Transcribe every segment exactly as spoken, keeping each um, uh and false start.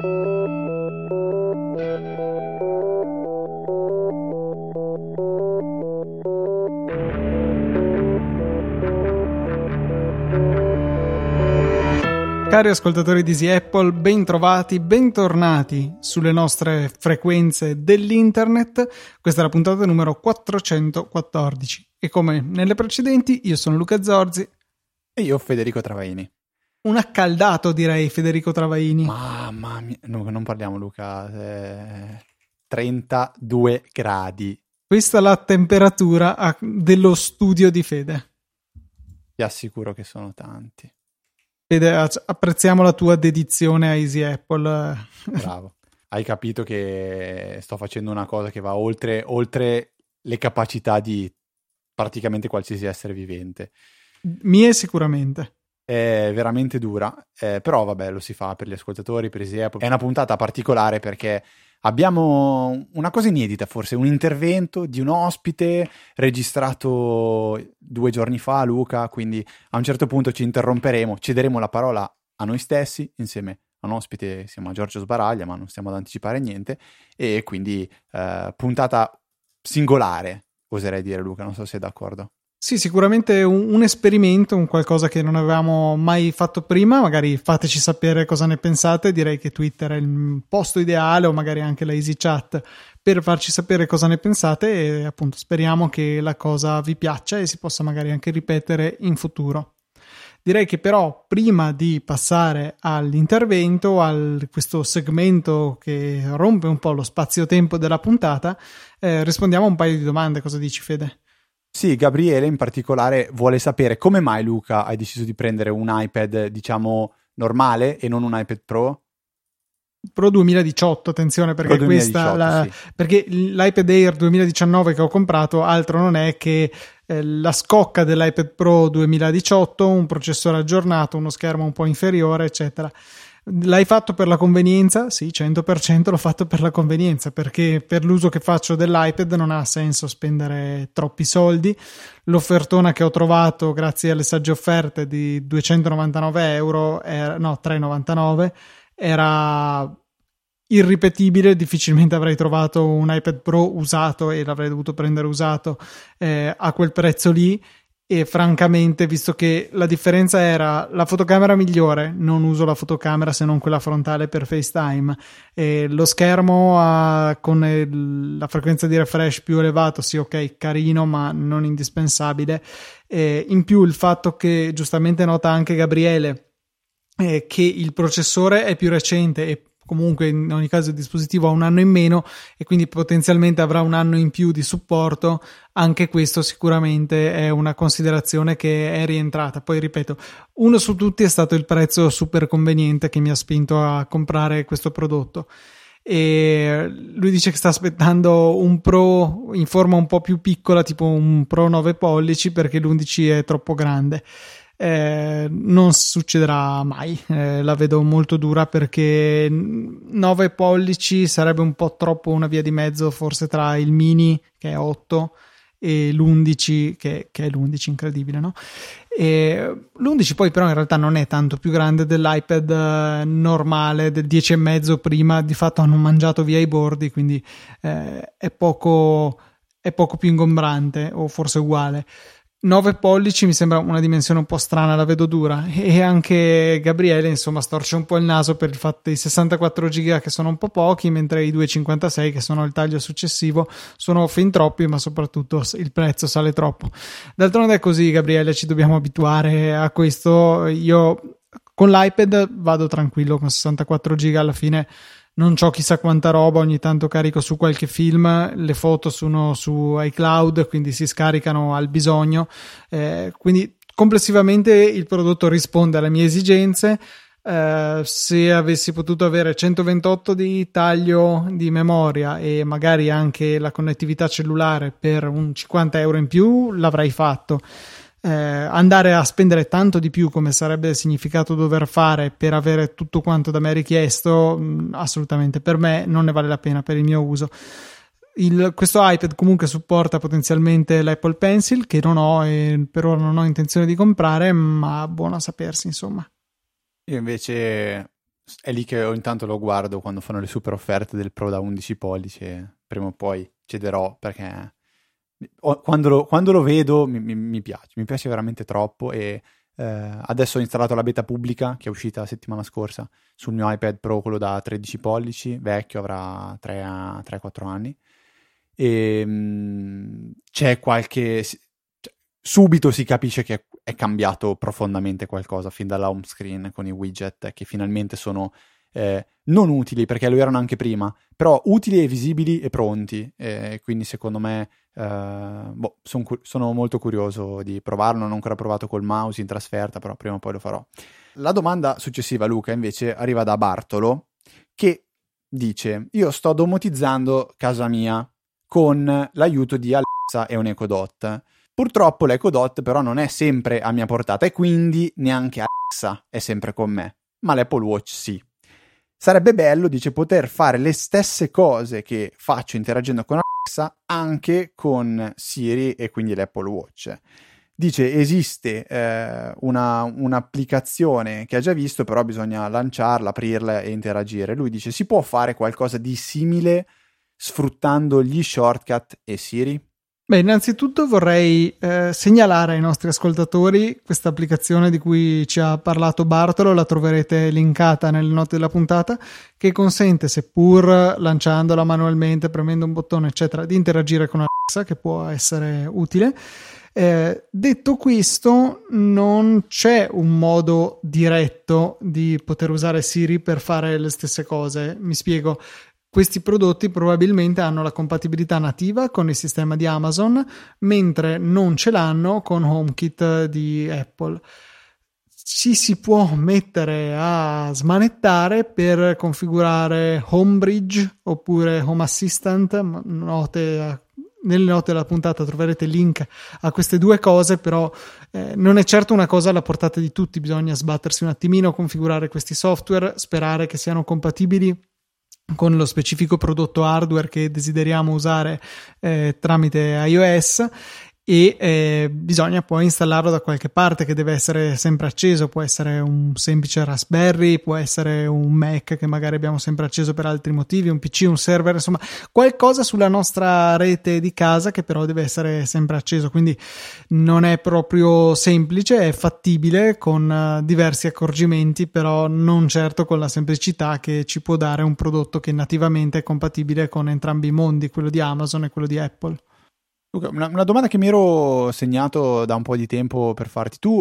Cari ascoltatori di Easy Apple, ben trovati, bentornati sulle nostre frequenze dell'internet. Questa è la puntata numero quattrocentoquattordici e come nelle precedenti io sono Luca Zorzi e io Federico Travaini. Un accaldato, direi, Federico Travaini. Mamma mia, no, non parliamo Luca, eh, trentadue gradi. Questa è la temperatura dello studio di Fede. Ti assicuro che sono tanti. Fede, apprezziamo la tua dedizione a Easy Apple. Bravo. Hai capito che sto facendo una cosa che va oltre, oltre le capacità di praticamente qualsiasi essere vivente. Mie sicuramente. È veramente dura, eh, però vabbè, lo si fa per gli ascoltatori, per Easy Apple. È una puntata particolare perché abbiamo una cosa inedita, forse un intervento di un ospite registrato due giorni fa, Luca, quindi a un certo punto ci interromperemo, cederemo la parola a noi stessi insieme a un ospite, siamo a Giorgio Sbaraglia, ma non stiamo ad anticipare niente, e quindi eh, puntata singolare, oserei dire, Luca, non so se sei d'accordo. Sì, sicuramente un, un esperimento, un qualcosa che non avevamo mai fatto prima. Magari fateci sapere cosa ne pensate. Direi che Twitter è il posto ideale, o magari anche la EasyChat, per farci sapere cosa ne pensate, e appunto speriamo che la cosa vi piaccia e si possa magari anche ripetere in futuro. Direi che però prima di passare all'intervento, a questo segmento che rompe un po' lo spazio-tempo della puntata, eh, rispondiamo a un paio di domande. Cosa dici, Fede? Sì, Gabriele in particolare vuole sapere come mai, Luca, hai deciso di prendere un iPad, diciamo, normale e non un iPad Pro? Pro duemiladiciotto, attenzione, perché Pro questa la, sì. perché l'iPad Air duemiladiciannove che ho comprato altro non è che eh, la scocca dell'iPad Pro duemiladiciotto, un processore aggiornato, uno schermo un po' inferiore, eccetera. L'hai fatto per la convenienza? Sì, cento per cento l'ho fatto per la convenienza, perché per l'uso che faccio dell'iPad non ha senso spendere troppi soldi. L'offertona che ho trovato grazie alle sagge offerte di duecentonovantanove euro, era, no, trecentonovantanove, era irripetibile. Difficilmente avrei trovato un iPad Pro usato, e l'avrei dovuto prendere usato eh, a quel prezzo lì. E francamente, visto che la differenza era la fotocamera migliore, non uso la fotocamera se non quella frontale per FaceTime, e lo schermo a, con il, la frequenza di refresh più elevato, sì, ok, carino ma non indispensabile. E in più il fatto che giustamente nota anche Gabriele eh, che il processore è più recente e comunque in ogni caso il dispositivo ha un anno in meno e quindi potenzialmente avrà un anno in più di supporto. Anche questo sicuramente è una considerazione che è rientrata. Poi ripeto, uno su tutti è stato il prezzo super conveniente che mi ha spinto a comprare questo prodotto. E lui dice che sta aspettando un Pro in forma un po' più piccola, tipo un Pro nove pollici, perché l'undici è troppo grande. Eh, non succederà mai, eh, la vedo molto dura, perché nove pollici sarebbe un po' troppo una via di mezzo forse tra il mini che è otto e l'undici che, che è l'undici, incredibile, no? E l'undici poi però in realtà non è tanto più grande dell'iPad eh, normale del dieci e mezzo prima. Di fatto hanno mangiato via i bordi, quindi eh, è poco è poco più ingombrante, o forse uguale. nove pollici mi sembra una dimensione un po' strana, la vedo dura. E anche Gabriele insomma storce un po' il naso per il fatto dei sessantaquattro giga che sono un po' pochi, mentre i duecentocinquantasei, che sono il taglio successivo, sono fin troppi, ma soprattutto il prezzo sale troppo. D'altronde è così, Gabriele, ci dobbiamo abituare a questo. Io con l'iPad vado tranquillo con sessantaquattro giga, alla fine non c'ho chissà quanta roba, ogni tanto carico su qualche film, le foto sono su iCloud, quindi si scaricano al bisogno, eh, quindi complessivamente il prodotto risponde alle mie esigenze. Eh, se avessi potuto avere centoventotto di taglio di memoria e magari anche la connettività cellulare per un cinquanta euro in più, l'avrei fatto. Eh, andare a spendere tanto di più, come sarebbe significato dover fare per avere tutto quanto da me richiesto, mh, assolutamente per me non ne vale la pena per il mio uso. Il, questo iPad comunque supporta potenzialmente l'Apple Pencil, che non ho e per ora non ho intenzione di comprare, ma buono a sapersi, insomma. Io invece è lì che ogni tanto lo guardo quando fanno le super offerte del Pro da undici pollici e prima o poi cederò perché quando lo, quando lo vedo mi, mi, mi piace, mi piace veramente troppo e eh, adesso ho installato la beta pubblica che è uscita la settimana scorsa sul mio iPad Pro, quello da tredici pollici, vecchio, avrà tre quattro anni e mh, c'è qualche... subito si capisce che è cambiato profondamente qualcosa fin dalla home screen con i widget che finalmente sono eh, non utili perché lo erano anche prima, però utili e visibili e pronti, e quindi secondo me eh, boh, son, sono molto curioso di provarlo. Non ho ancora provato col mouse in trasferta, però prima o poi lo farò. La domanda successiva, Luca, invece arriva da Bartolo che dice: io sto domotizzando casa mia con l'aiuto di Alexa e un Echo Dot. Purtroppo l'Echo Dot però non è sempre a mia portata e quindi neanche Alexa è sempre con me, ma l'Apple Watch sì. Sarebbe bello, dice, poter fare le stesse cose che faccio interagendo con Alexa anche con Siri e quindi l'Apple Watch. Dice, esiste eh, una, un'applicazione che ha già visto, però bisogna lanciarla, aprirla e interagire. Lui dice, si può fare qualcosa di simile sfruttando gli shortcut e Siri? Beh, innanzitutto vorrei eh, segnalare ai nostri ascoltatori questa applicazione di cui ci ha parlato Bartolo, la troverete linkata nelle note della puntata, che consente, seppur lanciandola manualmente, premendo un bottone, eccetera, di interagire con Alexa, che può essere utile. Eh, detto questo, non c'è un modo diretto di poter usare Siri per fare le stesse cose. Mi spiego. Questi prodotti probabilmente hanno la compatibilità nativa con il sistema di Amazon, mentre non ce l'hanno con HomeKit di Apple. Ci si può mettere a smanettare per configurare HomeBridge oppure Home Assistant. Note, nelle note della puntata troverete il link a queste due cose, però eh, non è certo una cosa alla portata di tutti. Bisogna sbattersi un attimino, configurare questi software, sperare che siano compatibili con lo specifico prodotto hardware che desideriamo usare eh, tramite iOS, e eh, bisogna poi installarlo da qualche parte, che deve essere sempre acceso. Può essere un semplice Raspberry, può essere un Mac che magari abbiamo sempre acceso per altri motivi, un P C, un server, insomma qualcosa sulla nostra rete di casa che però deve essere sempre acceso. Quindi non è proprio semplice, è fattibile con uh, diversi accorgimenti, però non certo con la semplicità che ci può dare un prodotto che nativamente è compatibile con entrambi i mondi, quello di Amazon e quello di Apple. Una, una domanda che mi ero segnato da un po' di tempo per farti. Tu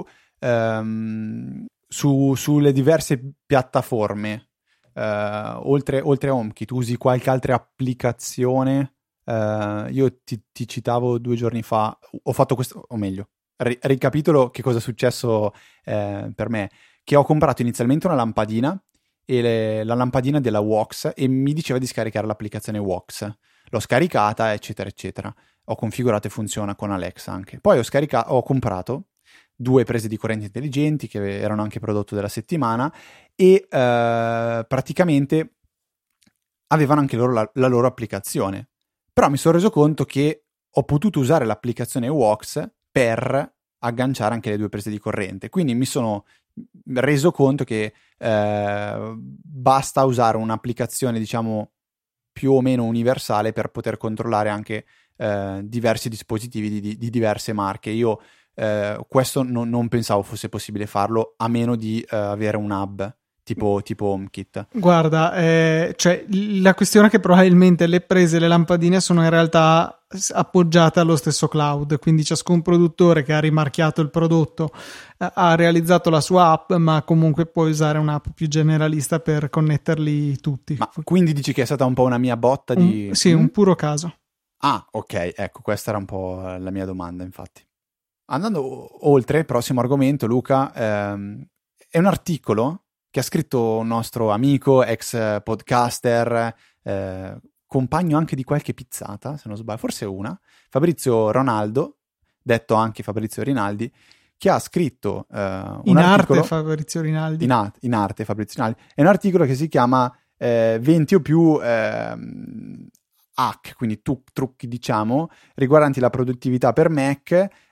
ehm, su, sulle diverse piattaforme eh, oltre, oltre a HomeKit usi qualche altra applicazione? Eh, io ti, ti citavo due giorni fa, ho fatto questo, o meglio ri, ricapitolo che cosa è successo eh, per me, che ho comprato inizialmente una lampadina e le, la lampadina della Wox, e mi diceva di scaricare l'applicazione Wox. L'ho scaricata eccetera eccetera, ho configurato e funziona con Alexa anche. Poi ho scaricato, ho comprato due prese di corrente intelligenti che erano anche prodotto della settimana e eh, praticamente avevano anche loro la, la loro applicazione. Però mi sono reso conto che ho potuto usare l'applicazione Wox per agganciare anche le due prese di corrente. Quindi mi sono reso conto che eh, basta usare un'applicazione, diciamo, più o meno universale per poter controllare anche eh, diversi dispositivi di, di, di diverse marche. Io eh, questo no, non pensavo fosse possibile farlo a meno di eh, avere un hub tipo, tipo HomeKit. Guarda, eh, cioè la questione è che probabilmente le prese, le lampadine sono in realtà appoggiate allo stesso cloud, quindi ciascun produttore che ha rimarchiato il prodotto eh, ha realizzato la sua app, ma comunque puoi usare un'app più generalista per connetterli tutti. Ma quindi dici che è stata un po' una mia botta di... Un, sì, mm? un puro caso. Ah, ok, ecco, questa era un po' la mia domanda, infatti. Andando oltre, prossimo argomento, Luca, ehm, è un articolo che ha scritto un nostro amico, ex podcaster, eh, compagno anche di qualche pizzata, se non sbaglio, forse una, Fabrizio Ronaldo, detto anche Fabrizio Rinaldi, che ha scritto eh, un in articolo... arte Fabrizio Rinaldi. In, a- in arte Fabrizio Rinaldi. È un articolo che si chiama eh, venti o più eh, hack, quindi tu- trucchi, diciamo, riguardanti la produttività per Mac,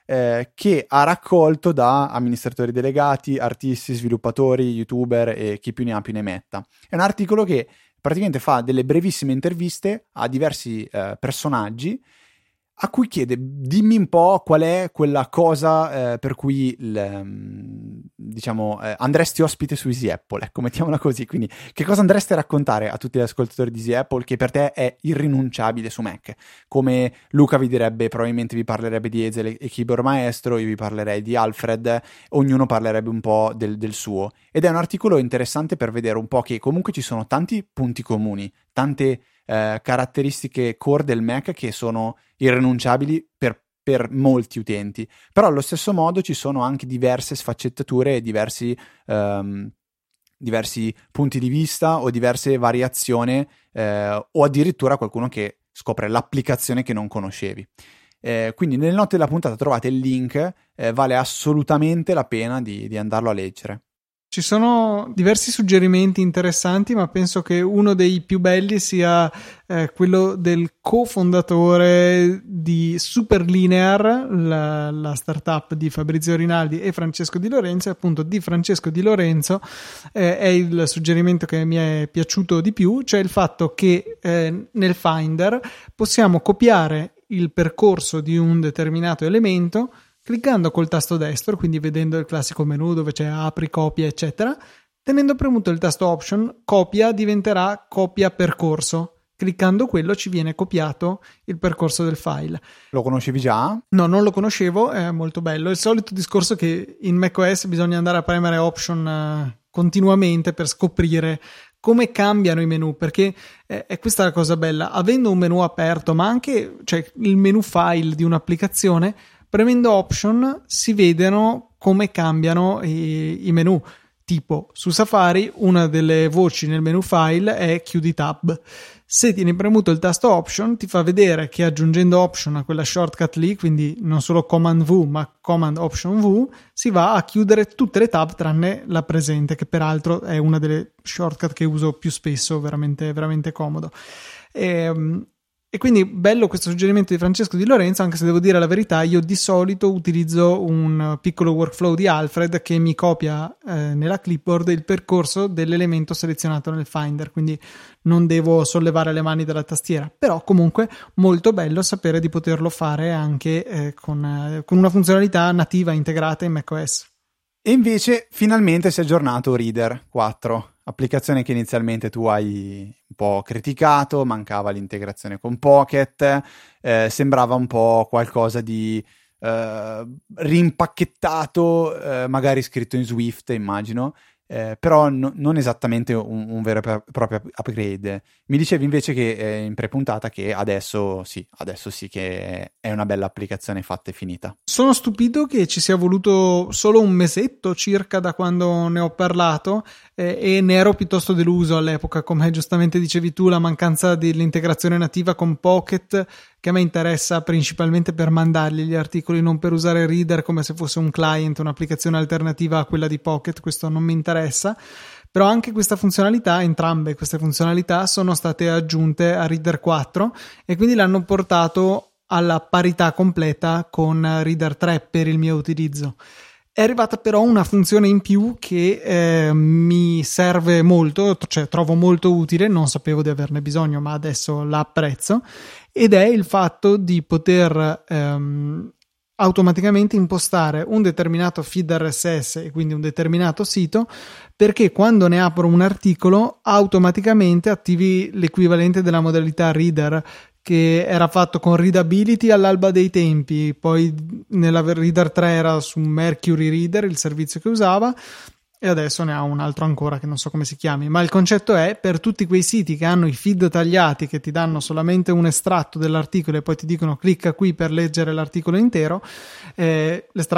eh, che ha raccolto da amministratori delegati, artisti, sviluppatori, youtuber e chi più ne ha più ne metta. È un articolo che praticamente fa delle brevissime interviste a diversi eh, personaggi a cui chiede: dimmi un po' qual è quella cosa eh, per cui il, diciamo eh, andresti ospite su Easy Apple, ecco, mettiamola così. Quindi che cosa andresti a raccontare a tutti gli ascoltatori di Easy Apple che per te è irrinunciabile su Mac? Come Luca vi direbbe, probabilmente vi parlerebbe di Ezel e Keyboard Maestro, io vi parlerei di Alfred, ognuno parlerebbe un po' del, del suo, ed è un articolo interessante per vedere un po' che comunque ci sono tanti punti comuni, tante Eh, caratteristiche core del Mac che sono irrinunciabili per, per molti utenti, però allo stesso modo ci sono anche diverse sfaccettature e diversi, um, diversi punti di vista o diverse variazioni eh, o addirittura qualcuno che scopre l'applicazione che non conoscevi. Eh, quindi nelle note della puntata trovate il link, eh, vale assolutamente la pena di, di andarlo a leggere. Ci sono diversi suggerimenti interessanti, ma penso che uno dei più belli sia eh, quello del cofondatore di Superlinear, la, la startup di Fabrizio Rinaldi e Francesco Di Lorenzo. E appunto di Francesco Di Lorenzo eh, è il suggerimento che mi è piaciuto di più, cioè il fatto che eh, nel Finder possiamo copiare il percorso di un determinato elemento cliccando col tasto destro, quindi vedendo il classico menu dove c'è apri, copia, eccetera. Tenendo premuto il tasto option, copia diventerà copia percorso. Cliccando quello ci viene copiato il percorso del file. Lo conoscevi già? No, non lo conoscevo, è molto bello. Il solito discorso che in macOS bisogna andare a premere option uh, continuamente per scoprire come cambiano i menu, perché eh, è questa la cosa bella. Avendo un menu aperto, ma anche cioè, il menu file di un'applicazione, premendo option si vedono come cambiano i, i menu. Tipo su Safari una delle voci nel menu file è chiudi tab. Se tieni premuto il tasto option ti fa vedere che aggiungendo option a quella shortcut lì, quindi non solo command V ma command option V, si va a chiudere tutte le tab tranne la presente, che peraltro è una delle shortcut che uso più spesso, veramente, veramente comodo. E, E quindi bello questo suggerimento di Francesco Di Lorenzo, anche se devo dire la verità, io di solito utilizzo un piccolo workflow di Alfred che mi copia eh, nella clipboard il percorso dell'elemento selezionato nel Finder, quindi non devo sollevare le mani dalla tastiera, però comunque molto bello sapere di poterlo fare anche eh, con, eh, con una funzionalità nativa integrata in macOS. E invece finalmente si è aggiornato Reader quattro, applicazione che inizialmente tu hai un po' criticato, mancava l'integrazione con Pocket, eh, sembrava un po' qualcosa di eh, rimpacchettato, eh, magari scritto in Swift, immagino, eh, però no, non esattamente un, un vero e proprio upgrade. Mi dicevi invece che eh, in pre-puntata che adesso sì, adesso sì che è una bella applicazione fatta e finita. Sono stupito che ci sia voluto solo un mesetto circa da quando ne ho parlato eh, e ne ero piuttosto deluso all'epoca, come giustamente dicevi tu, la mancanza dell'integrazione nativa con Pocket, che a me interessa principalmente per mandargli gli articoli, non per usare Reader come se fosse un client, un'applicazione alternativa a quella di Pocket. Questo non mi interessa. Però anche questa funzionalità, entrambe queste funzionalità sono state aggiunte a Reader quattro e quindi l'hanno portato alla parità completa con Reader tre per il mio utilizzo. È arrivata però una funzione in più che eh, mi serve molto, cioè trovo molto utile, non sapevo di averne bisogno ma adesso la apprezzo, ed è il fatto di poter ehm, automaticamente impostare un determinato feed R S S e quindi un determinato sito, perché quando ne apro un articolo automaticamente attivi l'equivalente della modalità Reader, che era fatto con Readability all'alba dei tempi, poi nella Reader tre era su Mercury Reader il servizio che usava, e adesso ne ha un altro ancora che non so come si chiami, ma il concetto è per tutti quei siti che hanno i feed tagliati, che ti danno solamente un estratto dell'articolo e poi ti dicono clicca qui per leggere l'articolo intero, eh, le strade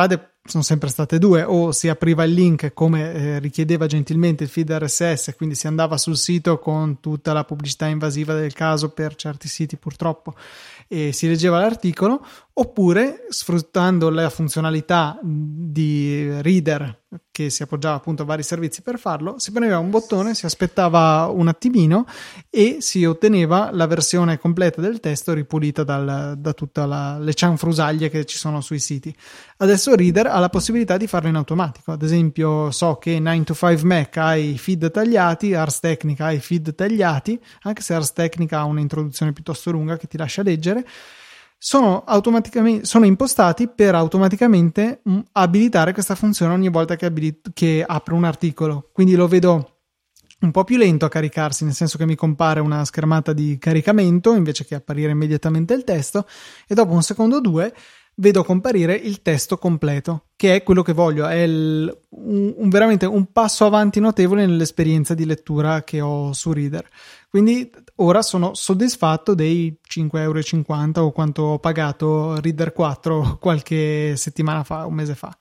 sono sempre state due: o si apriva il link come eh, richiedeva gentilmente il feed R S S, quindi si andava sul sito con tutta la pubblicità invasiva del caso per certi siti purtroppo, e si leggeva l'articolo, oppure sfruttando la funzionalità di Reader che si appoggiava appunto a vari servizi per farlo, si premeva un bottone, si aspettava un attimino e si otteneva la versione completa del testo ripulita dal, da tutte le cianfrusaglie che ci sono sui siti. Adesso Reader ha la possibilità di farlo in automatico. Ad esempio, so che nine to five Mac ha i feed tagliati, Ars Technica ha i feed tagliati, anche se Ars Technica ha un'introduzione piuttosto lunga che ti lascia leggere. Sono automaticamente sono impostati per automaticamente mh, abilitare questa funzione ogni volta che, abilit- che apro un articolo. Quindi lo vedo un po' più lento a caricarsi, nel senso che mi compare una schermata di caricamento invece che apparire immediatamente il testo, e dopo un secondo o due vedo comparire il testo completo, che è quello che voglio. È il, un, un, veramente un passo avanti notevole nell'esperienza di lettura che ho su Reader. Quindi ora sono soddisfatto dei cinque virgola cinquanta euro o quanto ho pagato Reader quattro qualche settimana fa, un mese fa.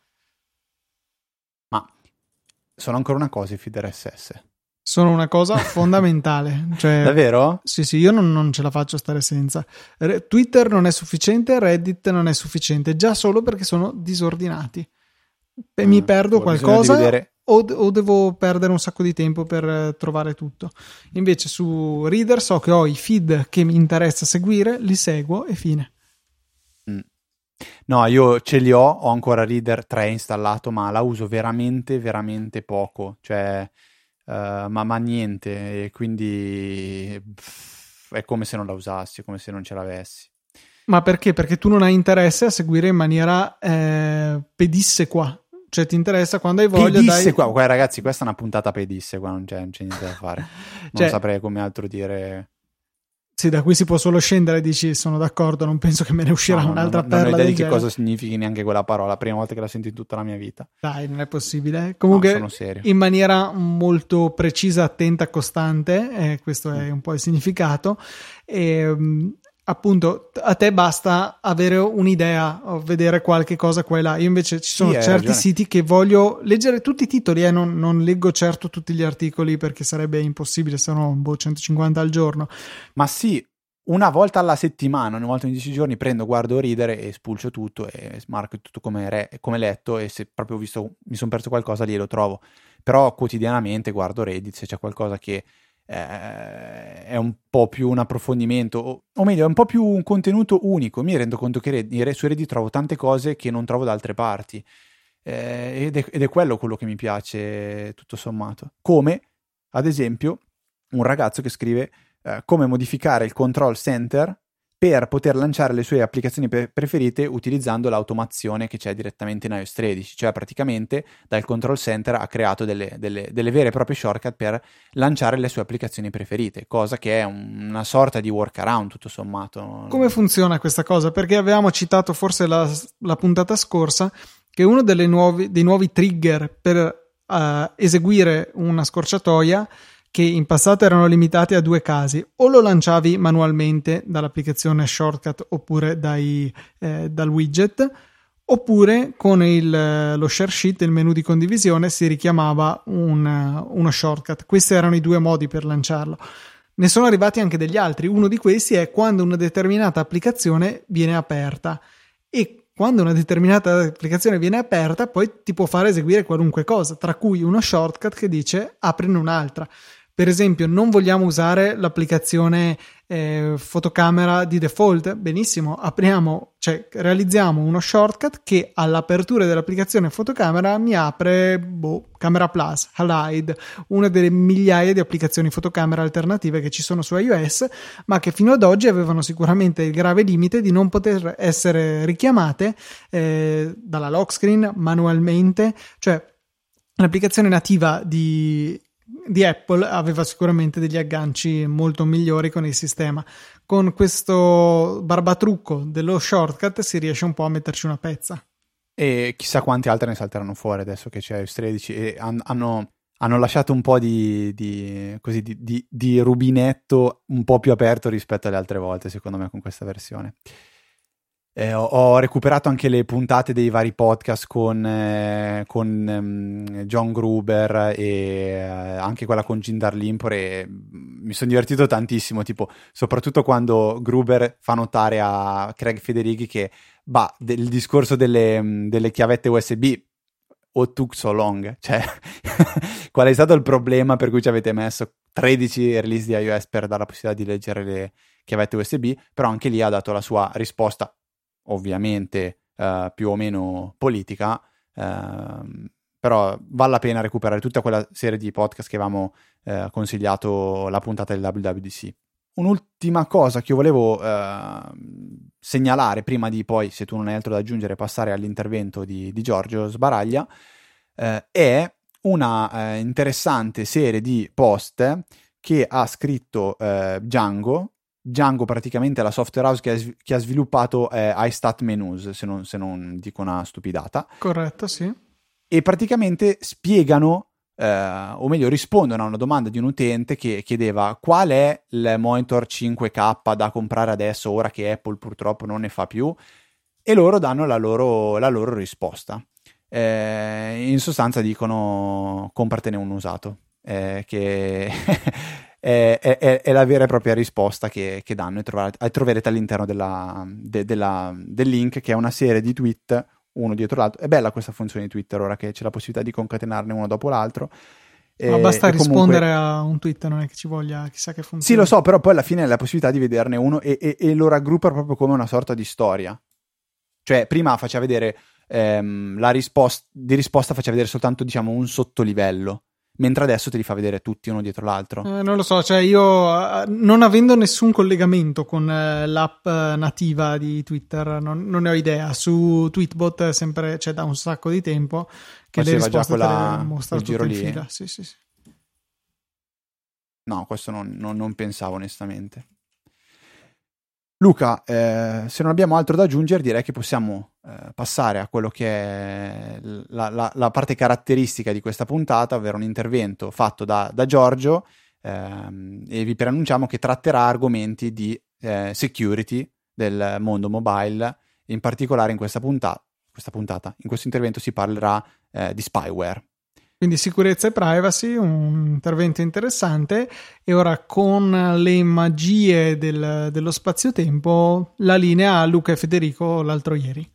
Ma sono ancora una cosa i feed R S S. Sono una cosa fondamentale. Cioè, davvero? Sì, sì, io non, non ce la faccio stare senza. Twitter non è sufficiente, Reddit non è sufficiente, già solo perché sono disordinati. E mm, mi perdo qualcosa o, o devo perdere un sacco di tempo per trovare tutto. Invece su Reader so che ho i feed che mi interessa seguire, li seguo e fine. Mm. No, io ce li ho, ho ancora Reader tre installato, ma la uso veramente, veramente poco. Cioè... Uh, ma, ma niente, e quindi pff, è come se non la usassi, come se non ce l'avessi. Ma perché? Perché tu non hai interesse a seguire in maniera eh, pedissequa, cioè ti interessa quando hai voglia. Pedissequa, dai... ragazzi, questa è una puntata pedissequa, non c'è, non c'è niente da fare. Non cioè, saprei come altro dire. Sì, da qui si può solo scendere, dici sono d'accordo, non penso che me ne uscirà no, un'altra no, perla. Non ho idea di che genere. cosa significhi neanche quella parola, la prima volta che la sento in tutta la mia vita. Dai, non è possibile. Comunque, no, sono serio. In maniera molto precisa, attenta, costante, eh, questo è un po' il significato. E, appunto, a te basta avere un'idea o vedere qualche cosa qua e là. Io invece ci sono sì, certi siti che voglio leggere tutti i titoli, eh, non, non leggo certo tutti gli articoli perché sarebbe impossibile, sono boh, centocinquanta al giorno. Ma sì, una volta alla settimana, una volta in dieci giorni prendo, guardo Reader e spulcio tutto e marco tutto come, re, come letto, e se proprio ho visto, mi sono perso qualcosa lì lo trovo. Però quotidianamente guardo Reddit se c'è qualcosa che eh, è un po' più un approfondimento, o, o meglio è un po' più un contenuto unico. Mi rendo conto che su Reddit trovo tante cose che non trovo da altre parti, eh, ed, è, ed è quello quello che mi piace tutto sommato. Come ad esempio un ragazzo che scrive Uh, come modificare il control center per poter lanciare le sue applicazioni pre- preferite utilizzando l'automazione che c'è direttamente in iOS tredici. Cioè praticamente dal control center ha creato delle, delle, delle vere e proprie shortcut per lanciare le sue applicazioni preferite, cosa che è un, una sorta di workaround tutto sommato. Come funziona questa cosa? Perché avevamo citato forse la, la puntata scorsa che uno delle nuovi, dei nuovi trigger per uh, eseguire una scorciatoia, che in passato erano limitati a due casi: o lo lanciavi manualmente dall'applicazione shortcut oppure dai, eh, dal widget, oppure con il, lo share sheet, il menu di condivisione, si richiamava un, uno shortcut. Questi erano i due modi per lanciarlo. Ne sono arrivati anche degli altri. Uno di questi è quando una determinata applicazione viene aperta, e quando una determinata applicazione viene aperta poi ti può fare eseguire qualunque cosa, tra cui uno shortcut che dice aprine un'altra. Per esempio, non vogliamo usare l'applicazione eh, fotocamera di default? Benissimo, apriamo, cioè realizziamo uno shortcut che all'apertura dell'applicazione fotocamera mi apre boh, Camera Plus, Halide, una delle migliaia di applicazioni fotocamera alternative che ci sono su iOS, ma che fino ad oggi avevano sicuramente il grave limite di non poter essere richiamate eh, dalla lock screen manualmente. Cioè l'applicazione nativa di di Apple aveva sicuramente degli agganci molto migliori con il sistema. Con questo barbatrucco dello shortcut si riesce un po' a metterci una pezza. E chissà quante altre ne salteranno fuori adesso che c'è iOS tredici, e han, hanno, hanno lasciato un po' di, di, così, di, di, di rubinetto un po' più aperto rispetto alle altre volte, secondo me, con questa versione. Eh, ho, ho recuperato anche le puntate dei vari podcast con, eh, con um, John Gruber e eh, anche quella con Jim Darlimpor, e mi sono divertito tantissimo, tipo soprattutto quando Gruber fa notare a Craig Federighi che bah, del discorso delle, delle chiavette U S B o took so long, cioè qual è stato il problema per cui ci avete messo tredici release di iOS per dare la possibilità di leggere le chiavette U S B, però anche lì ha dato la sua risposta, ovviamente uh, più o meno politica, uh, però vale la pena recuperare tutta quella serie di podcast che avevamo uh, consigliato la puntata del W W D C. Un'ultima cosa che io volevo uh, segnalare prima di poi, se tu non hai altro da aggiungere, passare all'intervento di, di Giorgio Sbaraglia, uh, è una uh, interessante serie di post che ha scritto uh, Django. Django praticamente è la software house che ha, che ha sviluppato eh, iStatMenus, se non, se non dico una stupidata. Corretto, sì. E praticamente spiegano, eh, o meglio rispondono a una domanda di un utente che chiedeva qual è il monitor cinque K da comprare adesso, ora che Apple purtroppo non ne fa più, e loro danno la loro, la loro risposta. Eh, in sostanza dicono compratene un usato, eh, che... È, è, è la vera e propria risposta che, che danno, e trovate, troverete all'interno della, de, della, del link, che è una serie di tweet uno dietro l'altro. È bella questa funzione di Twitter ora che c'è la possibilità di concatenarne uno dopo l'altro. Ma e, basta e rispondere comunque... a un tweet, non è che ci voglia chissà che funziona. Sì, lo so, però poi alla fine hai la possibilità di vederne uno e, e, e lo raggruppa proprio come una sorta di storia. Cioè prima faceva vedere ehm, la risposta di risposta faceva vedere soltanto, diciamo, un sottolivello, mentre adesso te li fa vedere tutti uno dietro l'altro. Eh, non lo so, cioè io eh, non avendo nessun collegamento con eh, l'app eh, nativa di Twitter, non, non ne ho idea. Su Tweetbot sempre c'è da un sacco di tempo che Faceva le risposte già quella, te le mostra quel tutte giro in lì. fila. Sì, sì, sì. No, questo non, non, non pensavo onestamente. Luca, eh, se non abbiamo altro da aggiungere, direi che possiamo eh, passare a quello che è la, la, la parte caratteristica di questa puntata, ovvero un intervento fatto da, da Giorgio, ehm, e vi preannunciamo che tratterà argomenti di eh, security del mondo mobile. In particolare in questa puntata, questa puntata in questo intervento si parlerà eh, di spyware. Quindi sicurezza e privacy, un intervento interessante. E ora, con le magie del, dello spazio-tempo, la linea a Luca e Federico l'altro ieri.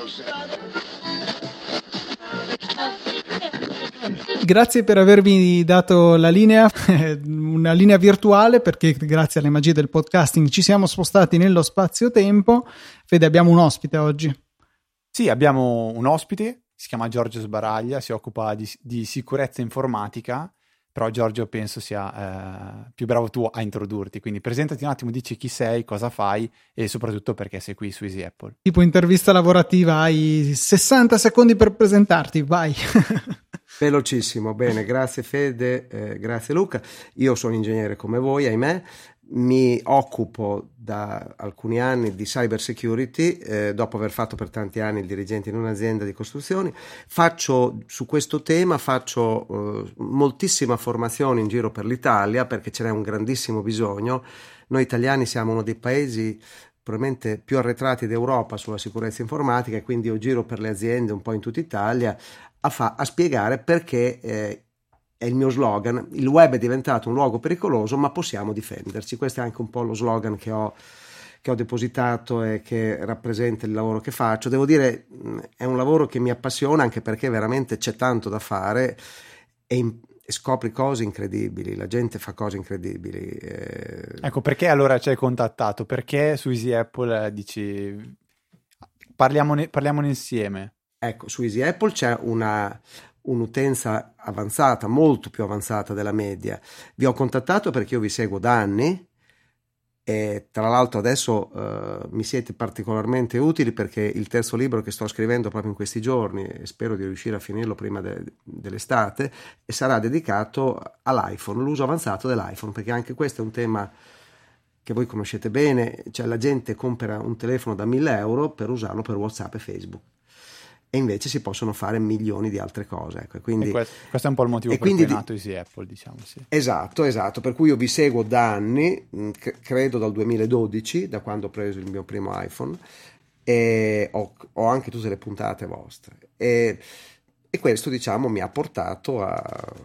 Grazie per avermi dato la linea, una linea virtuale, perché grazie alle magie del podcasting ci siamo spostati nello spazio-tempo. Fede, abbiamo un ospite oggi. Sì, abbiamo un ospite. Si chiama Giorgio Sbaraglia, si occupa di, di sicurezza informatica, però Giorgio penso sia eh, più bravo tu a introdurti, quindi presentati un attimo, dici chi sei, cosa fai e soprattutto perché sei qui su Easy Apple. Tipo intervista lavorativa, hai sessanta secondi per presentarti, vai. Velocissimo, bene, grazie Fede, eh, grazie Luca. Io sono ingegnere come voi, ahimè. Mi occupo da alcuni anni di cyber security, eh, dopo aver fatto per tanti anni il dirigente in un'azienda di costruzioni. Faccio su questo tema, faccio eh, moltissima formazione in giro per l'Italia, perché ce n'è un grandissimo bisogno. Noi italiani siamo uno dei paesi probabilmente più arretrati d'Europa sulla sicurezza informatica, e quindi io giro per le aziende un po' in tutta Italia a, fa- a spiegare perché eh, è il mio slogan: il web è diventato un luogo pericoloso, ma possiamo difenderci. Questo è anche un po' lo slogan che ho, che ho depositato e che rappresenta il lavoro che faccio. Devo dire, è un lavoro che mi appassiona, anche perché veramente c'è tanto da fare e, in, e scopri cose incredibili, la gente fa cose incredibili. Eh... Ecco, perché allora ci hai contattato? Perché su Easy Apple dici parliamone, parliamone insieme? Ecco, su Easy Apple c'è una... un'utenza avanzata, molto più avanzata della media. Vi ho contattato perché io vi seguo da anni e tra l'altro adesso uh, mi siete particolarmente utili, perché il terzo libro che sto scrivendo proprio in questi giorni, e spero di riuscire a finirlo prima de- dell'estate, e sarà dedicato all'iPhone, l'uso avanzato dell'iPhone, perché anche questo è un tema che voi conoscete bene. Cioè la gente compra un telefono da mille euro per usarlo per WhatsApp e Facebook, e invece si possono fare milioni di altre cose. Ecco, quindi, questo, questo è un po' il motivo per cui è nato Easy Apple, diciamo. Sì. Esatto, esatto, per cui io vi seguo da anni, credo dal duemiladodici, da quando ho preso il mio primo iPhone, e ho, ho anche tutte le puntate vostre e, e questo diciamo mi ha portato a,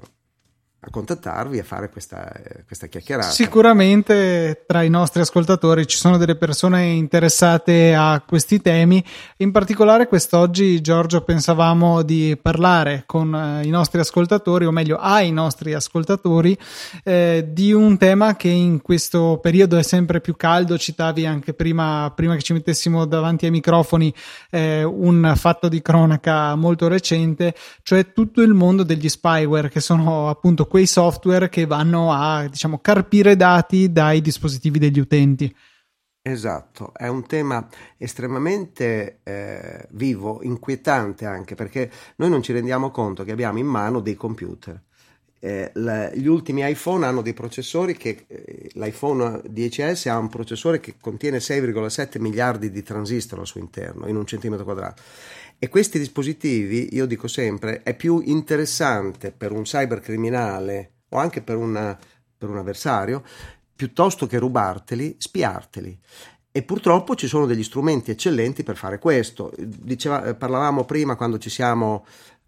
a contattarvi e a fare questa, questa chiacchierata. Sicuramente tra i nostri ascoltatori ci sono delle persone interessate a questi temi. In particolare quest'oggi, Giorgio, pensavamo di parlare con i nostri ascoltatori, o meglio ai nostri ascoltatori, eh, di un tema che in questo periodo è sempre più caldo. Citavi anche prima, prima che ci mettessimo davanti ai microfoni, eh, un fatto di cronaca molto recente, cioè tutto il mondo degli spyware, che sono appunto quei software che vanno a, diciamo, carpire dati dai dispositivi degli utenti. Esatto, è un tema estremamente eh, vivo, inquietante anche, perché noi non ci rendiamo conto che abbiamo in mano dei computer. Eh, la, gli ultimi iPhone hanno dei processori che eh, l'iPhone dieci esse ha un processore che contiene sei virgola sette miliardi di transistor al suo interno in un centimetro quadrato. E questi dispositivi, io dico sempre, è più interessante per un cybercriminale o anche per, una, per un avversario, piuttosto che rubarteli, spiarteli. E purtroppo ci sono degli strumenti eccellenti per fare questo. Diceva, parlavamo prima, quando ci siamo,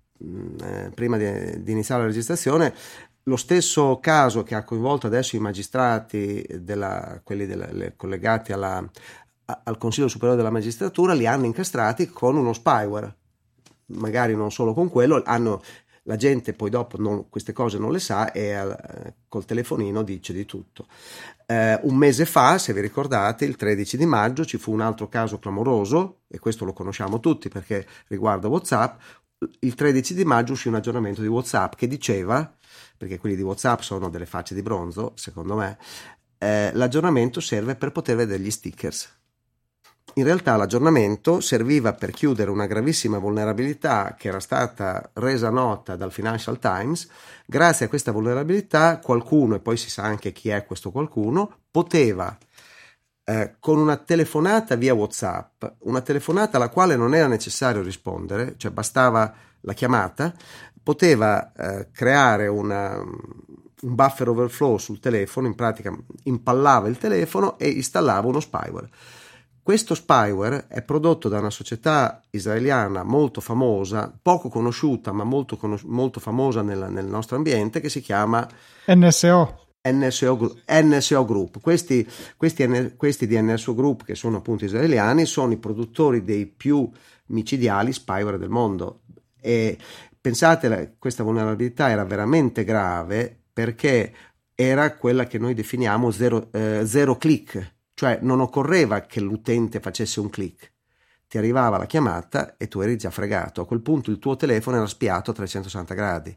eh, prima di, di iniziare la registrazione, lo stesso caso che ha coinvolto adesso i magistrati, della, quelli della, le, collegati alla... al Consiglio Superiore della Magistratura, li hanno incastrati con uno spyware, magari non solo con quello, hanno, la gente poi dopo non, queste cose non le sa e eh, col telefonino dice di tutto. Eh, un mese fa, se vi ricordate, il tredici di maggio ci fu un altro caso clamoroso, e questo lo conosciamo tutti perché riguarda WhatsApp. Il tredici di maggio uscì un aggiornamento di WhatsApp che diceva, perché quelli di WhatsApp sono delle facce di bronzo, secondo me, eh, l'aggiornamento serve per poter vedere gli stickers. In realtà l'aggiornamento serviva per chiudere una gravissima vulnerabilità che era stata resa nota dal Financial Times. Grazie a questa vulnerabilità qualcuno, e poi si sa anche chi è questo qualcuno, poteva eh, con una telefonata via WhatsApp, una telefonata alla quale non era necessario rispondere, cioè bastava la chiamata, poteva eh, creare una, un buffer overflow sul telefono, in pratica impallava il telefono e installava uno spyware. Questo spyware è prodotto da una società israeliana molto famosa, poco conosciuta ma molto, conos- molto famosa nel, nel nostro ambiente, che si chiama N S O. N S O, N S O Group. Questi, questi, questi di N S O Group, che sono appunto israeliani, sono i produttori dei più micidiali spyware del mondo. E pensate, questa vulnerabilità era veramente grave perché era quella che noi definiamo zero, eh, zero click. Cioè non occorreva che l'utente facesse un click, ti arrivava la chiamata e tu eri già fregato. A quel punto il tuo telefono era spiato a trecentosessanta gradi,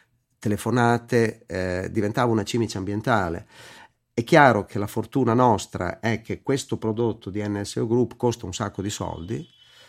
telefonate, eh, diventava una cimice ambientale. È chiaro che la fortuna nostra è che questo prodotto di N S O Group costa un sacco di soldi,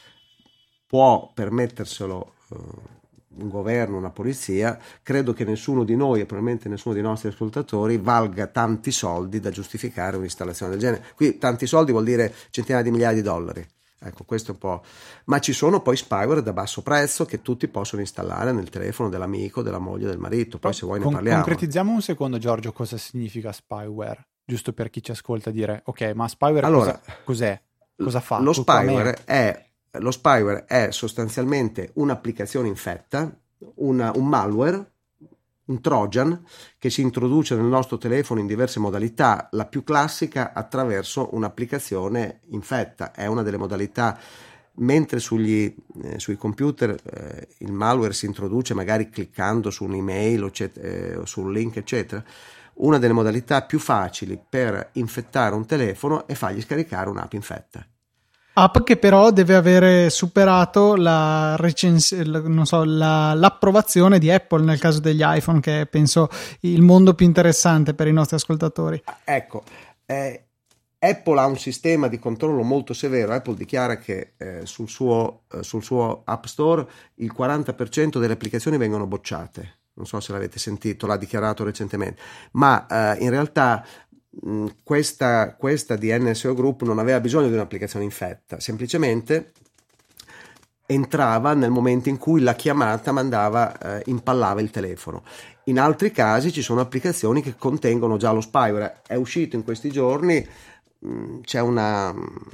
può permetterselo eh, un governo, una polizia. Credo che nessuno di noi e probabilmente nessuno dei nostri ascoltatori valga tanti soldi da giustificare un'installazione del genere. Qui tanti soldi vuol dire centinaia di migliaia di dollari. Ecco, questo è un po'. Ma ci sono poi spyware da basso prezzo che tutti possono installare nel telefono dell'amico, della moglie, del marito. Poi se vuoi ne Con- parliamo. Concretizziamo un secondo, Giorgio, cosa significa spyware? Giusto per chi ci ascolta dire, ok, ma spyware allora, cosa, cos'è? Cosa fa? Lo Tutto a me? spyware è Lo spyware è sostanzialmente un'applicazione infetta, una, un malware, un trojan che si introduce nel nostro telefono in diverse modalità. La più classica attraverso un'applicazione infetta, è una delle modalità. Mentre sugli, eh, sui computer eh, il malware si introduce magari cliccando su un'email o, eh, o su un link eccetera, una delle modalità più facili per infettare un telefono è fargli scaricare un'app infetta. App che però deve avere superato la recens- non so, la, l'approvazione di Apple nel caso degli iPhone, che è penso il mondo più interessante per i nostri ascoltatori. Ecco, eh, Apple ha un sistema di controllo molto severo. Apple dichiara che eh, sul, suo, eh, sul suo App Store il quaranta per cento delle applicazioni vengono bocciate. Non so se l'avete sentito, l'ha dichiarato recentemente, ma eh, in realtà Questa, questa di N S O Group non aveva bisogno di un'applicazione infetta, semplicemente entrava nel momento in cui la chiamata mandava, eh, impallava il telefono. In altri casi ci sono applicazioni che contengono già lo spyware. È uscito in questi giorni, mh, c'è una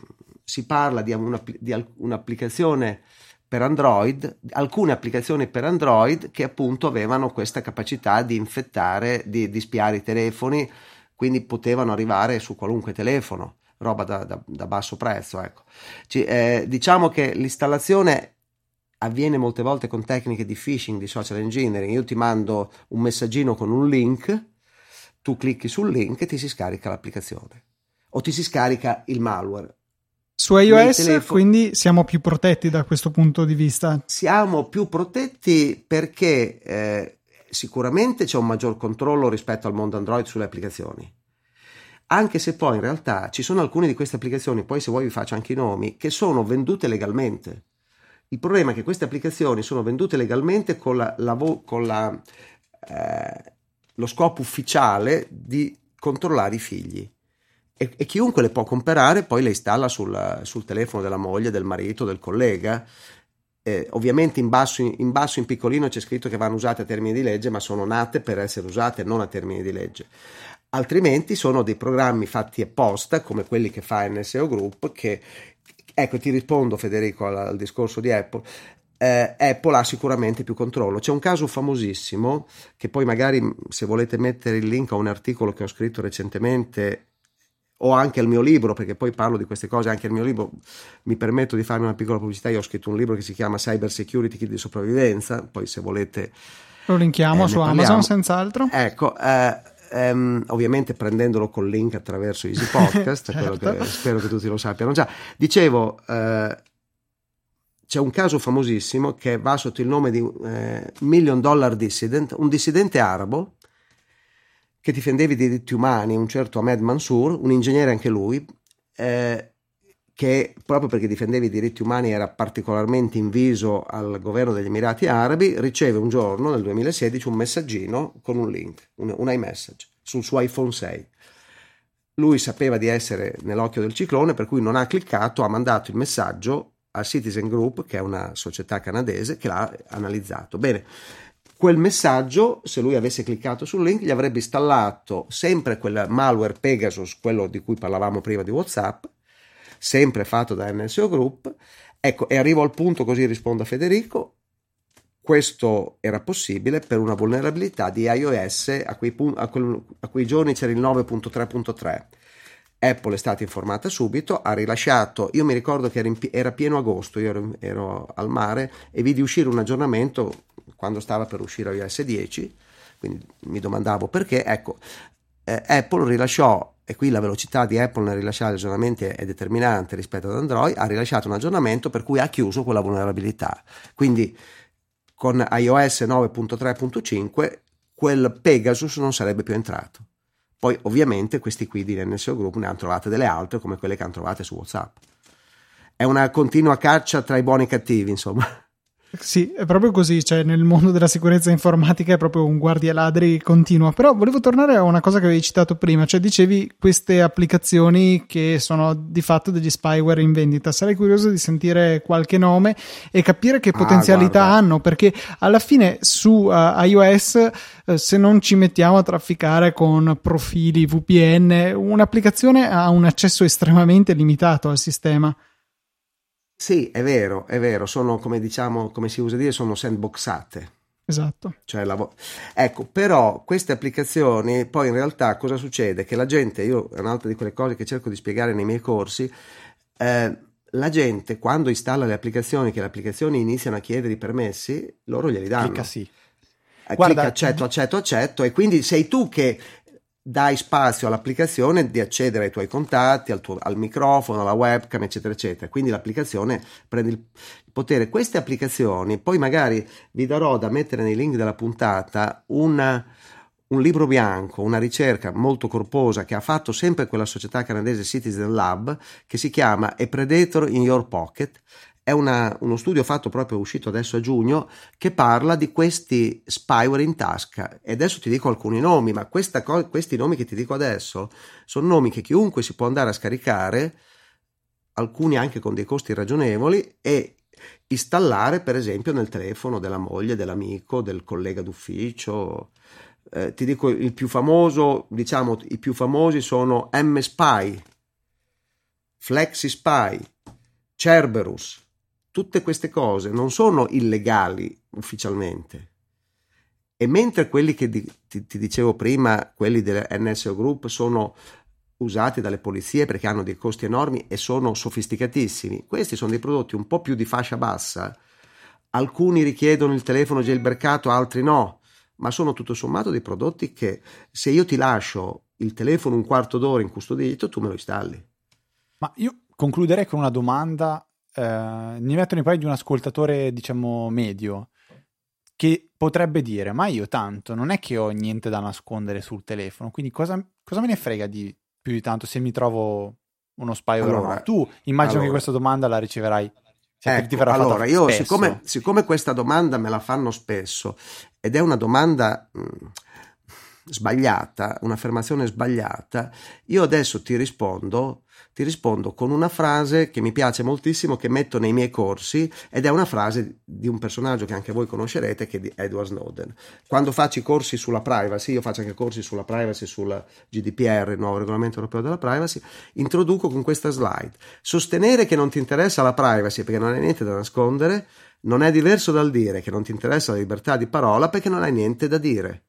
si parla di, una, di un'applicazione per Android, alcune applicazioni per Android che appunto avevano questa capacità di infettare, di, di spiare i telefoni, quindi potevano arrivare su qualunque telefono, roba da, da, da basso prezzo, ecco. Ci, eh, diciamo che l'installazione avviene molte volte con tecniche di phishing, di social engineering. Io ti mando un messaggino con un link, tu clicchi sul link e ti si scarica l'applicazione o ti si scarica il malware. Su iOS telefoni, quindi siamo più protetti da questo punto di vista? Siamo più protetti perché eh, sicuramente c'è un maggior controllo rispetto al mondo Android sulle applicazioni, anche se poi in realtà ci sono alcune di queste applicazioni, poi se vuoi vi faccio anche i nomi, che sono vendute legalmente. Il problema è che queste applicazioni sono vendute legalmente con, la, la, con la, eh, lo scopo ufficiale di controllare i figli. E, e chiunque le può comprare, poi le installa sul, sul telefono della moglie, del marito, del collega. Eh, ovviamente in basso, in basso in piccolino c'è scritto che vanno usate a termini di legge, ma sono nate per essere usate, non a termini di legge. Altrimenti sono dei programmi fatti apposta, come quelli che fa N S O Group, che, ecco, ti rispondo Federico al, al discorso di Apple. Eh, Apple ha sicuramente più controllo. C'è un caso famosissimo, che poi magari se volete mettere il link a un articolo che ho scritto recentemente, o anche al mio libro, perché poi parlo di queste cose anche al mio libro, mi permetto di farmi una piccola pubblicità. Io ho scritto un libro che si chiama Cyber Security Kit di sopravvivenza, poi se volete lo linkiamo eh, su Amazon senz'altro. Ecco, eh, ehm, ovviamente prendendolo col link attraverso Easy Podcast, certo. Quello che spero che tutti lo sappiano già. Dicevo, eh, c'è un caso famosissimo che va sotto il nome di eh, Million Dollar Dissident, un dissidente arabo che difendeva i diritti umani, un certo Ahmed Mansour, un ingegnere anche lui, eh, che proprio perché difendeva i diritti umani era particolarmente inviso al governo degli Emirati Arabi, riceve un giorno nel duemilasedici un messaggino con un link, un, un iMessage, sul suo iPhone sei. Lui sapeva di essere nell'occhio del ciclone, per cui non ha cliccato, ha mandato il messaggio al Citizen Group, che è una società canadese, che l'ha analizzato. Bene. Quel messaggio, se lui avesse cliccato sul link, gli avrebbe installato sempre quel malware Pegasus, quello di cui parlavamo prima di WhatsApp, sempre fatto da N S O Group. Ecco, e arrivo al punto, così rispondo a Federico. Questo era possibile per una vulnerabilità di iOS, a quei, a quel, a quei giorni c'era il nove punto tre punto tre. Apple è stata informata subito, ha rilasciato, io mi ricordo che era, in, era pieno agosto, io ero, ero al mare e vidi uscire un aggiornamento quando stava per uscire iOS dieci, quindi mi domandavo perché. Ecco, eh, Apple rilasciò, e qui la velocità di Apple nel rilasciare aggiornamenti è determinante rispetto ad Android, ha rilasciato un aggiornamento per cui ha chiuso quella vulnerabilità. Quindi con iOS nove punto tre punto cinque quel Pegasus non sarebbe più entrato. Poi ovviamente questi qui di N S O Group ne hanno trovate delle altre, come quelle che hanno trovate su WhatsApp. È una continua caccia tra i buoni e i cattivi, insomma. Sì, è proprio così, cioè nel mondo della sicurezza informatica è proprio un guardialadri continuo. Però volevo tornare a una cosa che avevi citato prima, cioè dicevi queste applicazioni che sono di fatto degli spyware in vendita. Sarei curioso di sentire qualche nome e capire che potenzialità ah, hanno, perché alla fine su uh, iOS uh, se non ci mettiamo a trafficare con profili V P N, un'applicazione ha un accesso estremamente limitato al sistema. Sì, è vero, è vero, sono, come diciamo, come si usa dire, sono sandboxate. Esatto. Cioè, la vo- ecco, però queste applicazioni, poi in realtà cosa succede? Che la gente, io è un'altra di quelle cose che cerco di spiegare nei miei corsi, eh, la gente quando installa le applicazioni, che le applicazioni iniziano a chiedere i permessi, loro glieli danno. Clicca sì. Eh, Guarda, clicca accetto, accetto, accetto, e quindi sei tu che dai spazio all'applicazione di accedere ai tuoi contatti, al, tuo, al microfono, alla webcam, eccetera, eccetera. Quindi l'applicazione prende il potere. Queste applicazioni, poi magari vi darò da mettere nei link della puntata una, un libro bianco, una ricerca molto corposa che ha fatto sempre quella società canadese Citizen Lab, che si chiama A Predator in Your Pocket. È una, uno studio fatto proprio, uscito adesso a giugno, che parla di questi spyware in tasca. E adesso ti dico alcuni nomi, ma questa co- questi nomi che ti dico adesso sono nomi che chiunque si può andare a scaricare, alcuni anche con dei costi ragionevoli, e installare per esempio nel telefono della moglie, dell'amico, del collega d'ufficio. Eh, ti dico il più famoso, diciamo i più famosi sono M-Spy, FlexiSpy, Cerberus, tutte queste cose non sono illegali ufficialmente. E mentre quelli che di, ti, ti dicevo prima, quelli dell'N S O Group, sono usati dalle polizie perché hanno dei costi enormi e sono sofisticatissimi, questi sono dei prodotti un po' più di fascia bassa. Alcuni richiedono il telefono jailbreakato, altri no, ma sono tutto sommato dei prodotti che se io ti lascio il telefono un quarto d'ora incustodito, tu me lo installi. Ma io concluderei con una domanda, eh, mi metto nei panni di un ascoltatore, diciamo, medio, che potrebbe dire, ma io tanto non è che ho niente da nascondere sul telefono, quindi cosa, cosa me ne frega di più di tanto se mi trovo uno spyware allora, o no? Tu immagino allora, che questa domanda la riceverai, cioè ecco, che ti verrà allora, fatta io spesso. Siccome, siccome questa domanda me la fanno spesso ed è una domanda mh, sbagliata, un'affermazione sbagliata, io adesso ti rispondo ti rispondo con una frase che mi piace moltissimo, che metto nei miei corsi, ed è una frase di un personaggio che anche voi conoscerete, che è di Edward Snowden. Quando faccio i corsi sulla privacy, io faccio anche corsi sulla privacy, sulla G D P R, il nuovo regolamento europeo della privacy, introduco con questa slide: sostenere che non ti interessa la privacy perché non hai niente da nascondere non è diverso dal dire che non ti interessa la libertà di parola perché non hai niente da dire.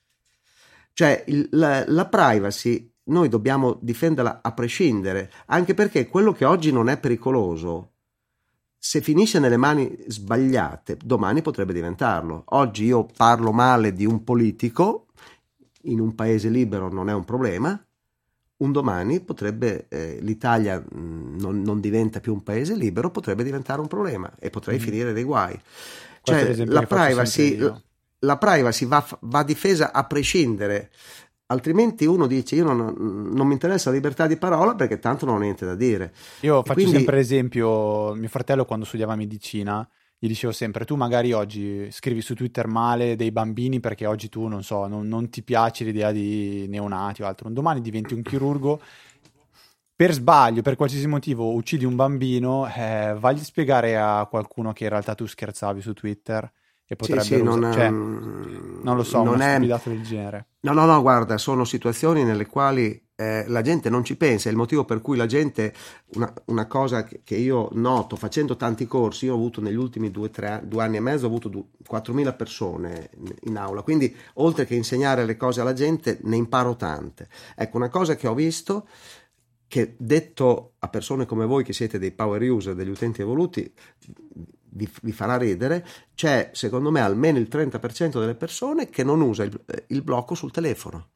Cioè il, la, la privacy noi dobbiamo difenderla a prescindere, anche perché quello che oggi non è pericoloso, se finisce nelle mani sbagliate, domani potrebbe diventarlo. Oggi io parlo male di un politico, in un paese libero non è un problema, un domani potrebbe, eh, l'Italia mh, non, non diventa più un paese libero, potrebbe diventare un problema e potrei mm. finire dei guai. Cioè la privacy, la privacy va, va difesa a prescindere. Altrimenti uno dice io non, non mi interessa la libertà di parola perché tanto non ho niente da dire. Io e faccio quindi... sempre esempio, mio fratello quando studiava medicina gli dicevo sempre: tu magari oggi scrivi su Twitter male dei bambini perché oggi tu non so non, non ti piace l'idea di neonati o altro, un domani diventi un chirurgo, per sbaglio, per qualsiasi motivo uccidi un bambino, eh, vagli a spiegare a qualcuno che in realtà tu scherzavi su Twitter e potrebbero sì, sì, non, usare, cioè, non lo so, non una è... stupidata del genere. No, no, no, guarda, sono situazioni nelle quali eh, la gente non ci pensa. È il motivo per cui la gente, una, una cosa che, che io noto facendo tanti corsi, io ho avuto negli ultimi due, tre, due anni e mezzo, ho avuto due, quattromila persone in aula, quindi oltre che insegnare le cose alla gente ne imparo tante. Ecco, una cosa che ho visto, che detto a persone come voi che siete dei power user, degli utenti evoluti, vi, vi farà ridere, c'è secondo me almeno il trenta per cento delle persone che non usa il, il blocco sul telefono,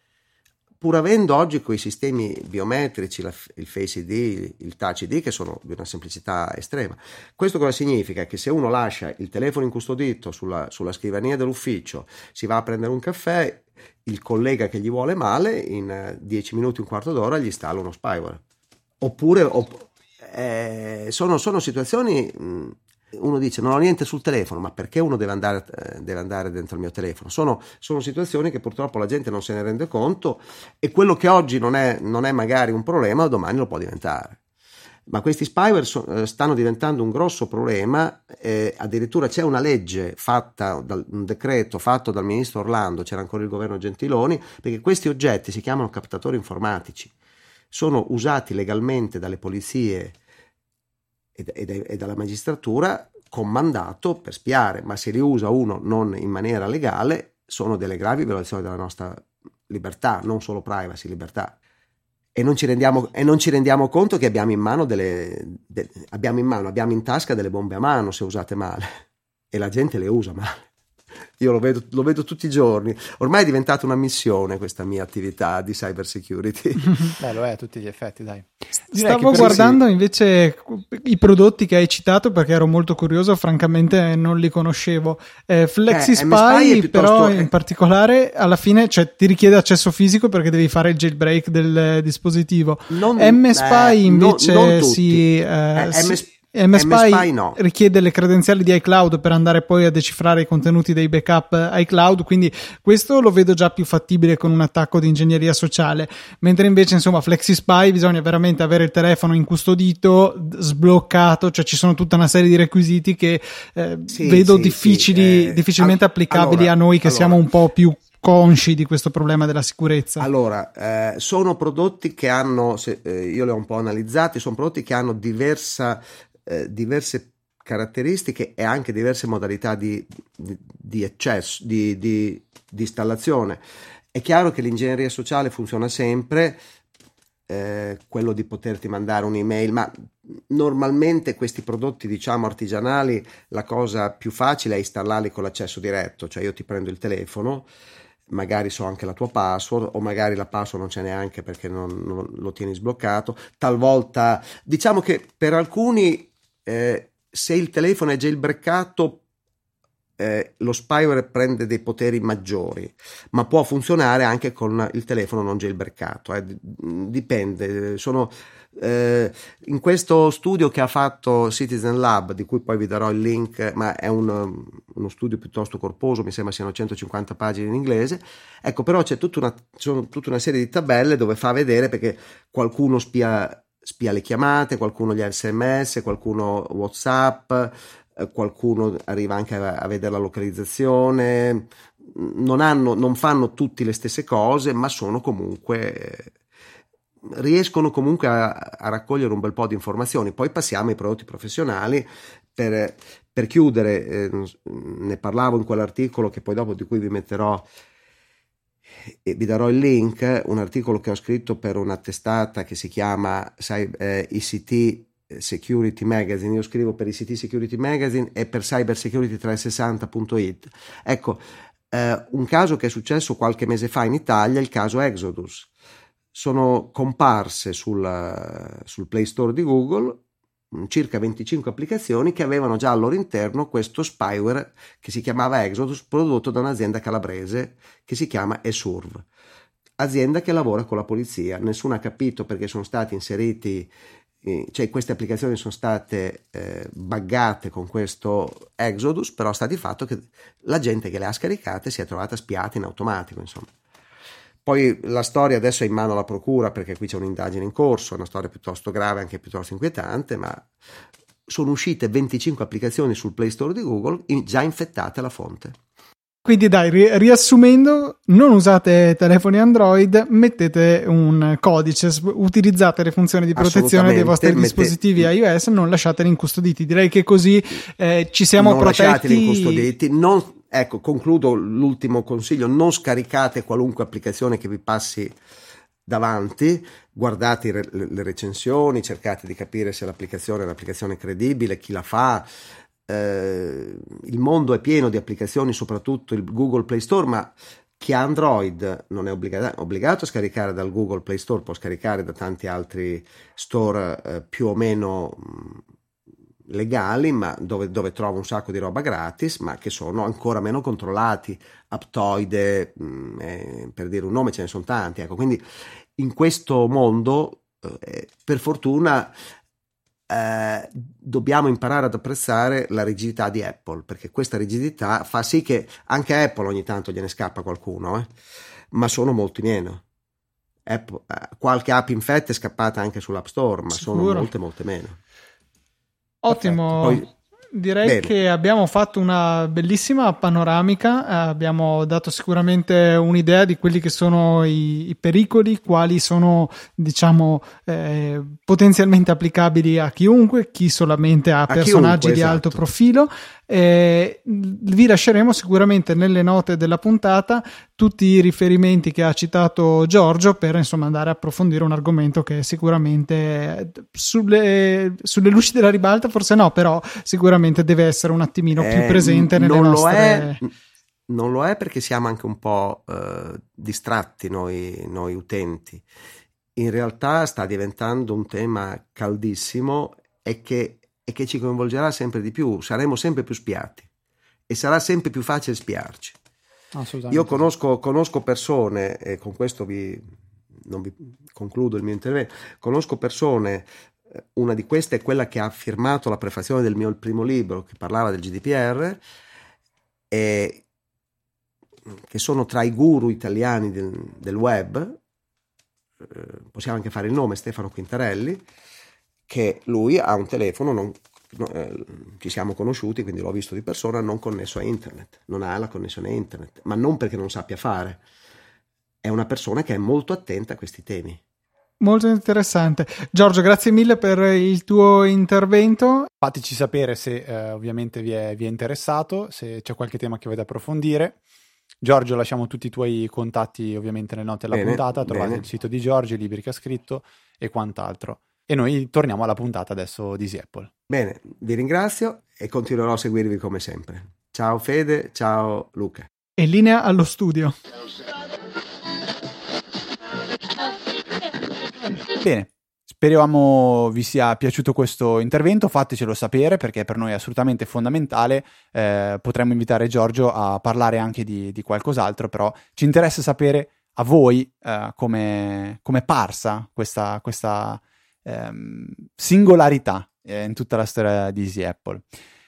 pur avendo oggi quei sistemi biometrici, la, il Face I D, il Touch I D, che sono di una semplicità estrema. Questo cosa significa? Che se uno lascia il telefono incustodito sulla, sulla scrivania dell'ufficio, si va a prendere un caffè, il collega che gli vuole male in dieci minuti, un quarto d'ora gli installa uno spyware. Oppure opp- eh, sono, sono situazioni, mh, uno dice non ho niente sul telefono, ma perché uno deve andare, eh, deve andare dentro il mio telefono? Sono, sono situazioni che purtroppo la gente non se ne rende conto, e quello che oggi non è, non è magari un problema, domani lo può diventare. Ma questi spyware so, eh, stanno diventando un grosso problema, eh, addirittura c'è una legge fatta, dal, un decreto fatto dal ministro Orlando, c'era ancora il governo Gentiloni, perché questi oggetti si chiamano captatori informatici, sono usati legalmente dalle polizie e, e, e dalla magistratura con mandato per spiare, ma se li usa uno non in maniera legale sono delle gravi violazioni della nostra libertà, non solo privacy, libertà. E non ci rendiamo, e non ci rendiamo conto che abbiamo in mano delle, de, abbiamo in mano, abbiamo in tasca delle bombe a mano se usate male, e la gente le usa male. Io lo vedo, lo vedo tutti i giorni. Ormai è diventata una missione questa mia attività di cyber security. Beh, lo è a tutti gli effetti, dai. Direi Stavo guardando sì. invece i prodotti che hai citato perché ero molto curioso, francamente non li conoscevo. Eh, FlexiSpy, eh, però in particolare alla fine, cioè, ti richiede accesso fisico perché devi fare il jailbreak del dispositivo. Non, MSpy eh, invece non, non si... Eh, eh, si M- MSpy, MSpy no. richiede le credenziali di iCloud per andare poi a decifrare i contenuti dei backup iCloud, quindi questo lo vedo già più fattibile con un attacco di ingegneria sociale, mentre invece insomma FlexiSpy bisogna veramente avere il telefono incustodito, sbloccato, cioè ci sono tutta una serie di requisiti che eh, sì, vedo sì, difficili, sì. Eh, difficilmente all- applicabili allora, a noi che allora. siamo un po' più consci di questo problema della sicurezza. Allora, eh, sono prodotti che hanno, se, eh, io li ho un po' analizzati, sono prodotti che hanno diversa eh, diverse caratteristiche e anche diverse modalità di, di, di accesso, di, di, di installazione. È chiaro che l'ingegneria sociale funziona sempre, eh, quello di poterti mandare un'email, ma normalmente questi prodotti, diciamo, artigianali, la cosa più facile è installarli con l'accesso diretto, cioè io ti prendo il telefono, magari so anche la tua password, o magari la password non c'è neanche perché non, non lo tieni sbloccato. Talvolta, diciamo che per alcuni, eh, se il telefono è jailbreakato, eh, lo spyware prende dei poteri maggiori, ma può funzionare anche con il telefono non jailbreakato, eh. Dipende. Sono eh, in questo studio che ha fatto Citizen Lab, di cui poi vi darò il link, ma è un, uno studio piuttosto corposo, mi sembra siano centocinquanta pagine in inglese, ecco, però c'è tutta una, sono tutta una serie di tabelle dove fa vedere, perché qualcuno spia spia le chiamate, qualcuno gli S M S, qualcuno WhatsApp, eh, qualcuno arriva anche a, a vedere la localizzazione. Non hanno, non fanno tutti le stesse cose, ma sono comunque, riescono comunque a, a raccogliere un bel po' di informazioni. Poi passiamo ai prodotti professionali. Per, per chiudere, eh, ne parlavo in quell'articolo che poi dopo, di cui vi metterò e vi darò il link, un articolo che ho scritto per una testata che si chiama eh, I C T Security Magazine. Io scrivo per I C T Security Magazine e per cyber security trecentosessanta punto it. Ecco, eh, un caso che è successo qualche mese fa in Italia, il caso Exodus. Sono comparse sul, sul Play Store di Google circa venticinque applicazioni che avevano già al loro interno questo spyware che si chiamava Exodus, prodotto da un'azienda calabrese che si chiama Esurv, azienda che lavora con la polizia. Nessuno ha capito perché sono stati inseriti, eh, cioè queste applicazioni sono state eh, buggate con questo Exodus, però sta di fatto che la gente che le ha scaricate si è trovata spiata in automatico, insomma. Poi la storia adesso è in mano alla procura, perché qui c'è un'indagine in corso, è una storia piuttosto grave, anche piuttosto inquietante, ma sono uscite venticinque applicazioni sul Play Store di Google già infettate alla fonte. Quindi dai, ri- riassumendo, non usate telefoni Android, mettete un codice, utilizzate le funzioni di protezione dei vostri mette... dispositivi iOS, non lasciateli incustoditi. Direi che così eh, ci siamo non protetti. Non lasciateli incustoditi, non... Ecco, concludo l'ultimo consiglio: non scaricate qualunque applicazione che vi passi davanti, guardate re- le recensioni, cercate di capire se l'applicazione è un'applicazione credibile, chi la fa. Eh, il mondo è pieno di applicazioni, soprattutto il Google Play Store, ma chi ha Android non è obbligato, obbligato a scaricare dal Google Play Store, può scaricare da tanti altri store eh, più o meno mh, legali, ma dove, dove trova un sacco di roba gratis, ma che sono ancora meno controllati. Aptoide, mh, eh, per dire un nome, ce ne sono tanti, ecco. Quindi in questo mondo eh, per fortuna eh, dobbiamo imparare ad apprezzare la rigidità di Apple, perché questa rigidità fa sì che anche a Apple ogni tanto gliene scappa qualcuno, eh, ma sono molti meno. Apple, eh, qualche app infetta è scappata anche sull'App Store, ma Sicuro. Sono molte molte meno. Ottimo, poi, direi bene. Che abbiamo fatto una bellissima panoramica, eh, abbiamo dato sicuramente un'idea di quelli che sono i, i pericoli, quali sono, diciamo, eh, potenzialmente applicabili a chiunque, chi solamente a, a personaggi chiunque, di esatto. alto profilo. Eh, vi lasceremo sicuramente nelle note della puntata tutti i riferimenti che ha citato Giorgio per insomma andare a approfondire un argomento che sicuramente sulle, sulle luci della ribalta forse no, però sicuramente deve essere un attimino eh, più presente nelle non nostre... Lo è, non lo è perché siamo anche un po' eh, distratti noi, noi utenti. In realtà sta diventando un tema caldissimo e che e che ci coinvolgerà sempre di più, saremo sempre più spiati e sarà sempre più facile spiarci. Io conosco, conosco persone, e con questo vi, non vi concludo il mio intervento, conosco persone, una di queste è quella che ha firmato la prefazione del mio primo libro che parlava del G D P R, e che sono tra i guru italiani del, del web, eh, possiamo anche fare il nome, Stefano Quintarelli, che lui ha un telefono, non, no, eh, ci siamo conosciuti, quindi l'ho visto di persona, non connesso a internet, non ha la connessione a internet, ma non perché non sappia fare, è una persona che è molto attenta a questi temi Molto interessante. Giorgio, grazie mille per il tuo intervento. Fateci sapere se eh, ovviamente vi è, vi è interessato, se c'è qualche tema che volete approfondire. Giorgio, lasciamo tutti i tuoi contatti ovviamente nelle note della Bene, puntata, trovate bene. il sito di Giorgio, i libri che ha scritto e quant'altro. E noi torniamo alla puntata adesso di Easy Apple. Bene, vi ringrazio e continuerò a seguirvi come sempre. Ciao Fede, ciao Luca. E linea allo studio. Bene, speriamo vi sia piaciuto questo intervento, fatecelo sapere perché per noi è assolutamente fondamentale. Eh, potremmo invitare Giorgio a parlare anche di, di qualcos'altro, però ci interessa sapere a voi eh, come è parsa questa, questa ehm, singolarità eh, in tutta la storia di Easy Apple.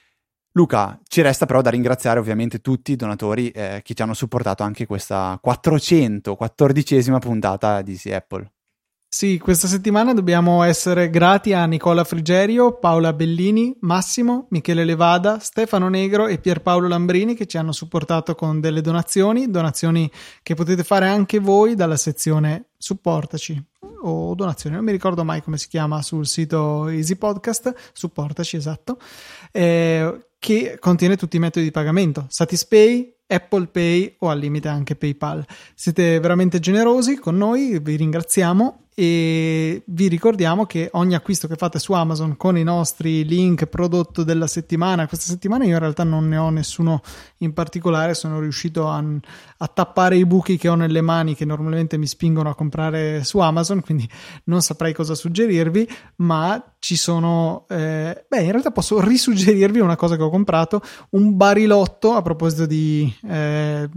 Luca, ci resta però da ringraziare ovviamente tutti i donatori eh, che ci hanno supportato anche questa quattrocentoquattordicesima puntata di Easy Apple. Sì, questa settimana dobbiamo essere grati a Nicola Frigerio, Paola Bellini, Massimo, Michele Levada, Stefano Negro e Pierpaolo Lambrini che ci hanno supportato con delle donazioni, donazioni che potete fare anche voi dalla sezione supportaci o donazioni, non mi ricordo mai come si chiama sul sito Easy Podcast, supportaci, esatto, eh, che contiene tutti i metodi di pagamento, Satispay, Apple Pay o al limite anche PayPal. Siete veramente generosi con noi, vi ringraziamo e vi ricordiamo che ogni acquisto che fate su Amazon con i nostri link prodotto della settimana, questa settimana io in realtà non ne ho nessuno in particolare, sono riuscito a, a tappare i buchi che ho nelle mani che normalmente mi spingono a comprare su Amazon, quindi non saprei cosa suggerirvi, ma ci sono eh, beh in realtà posso risuggerirvi una cosa che ho comprato, un barilotto a proposito di eh,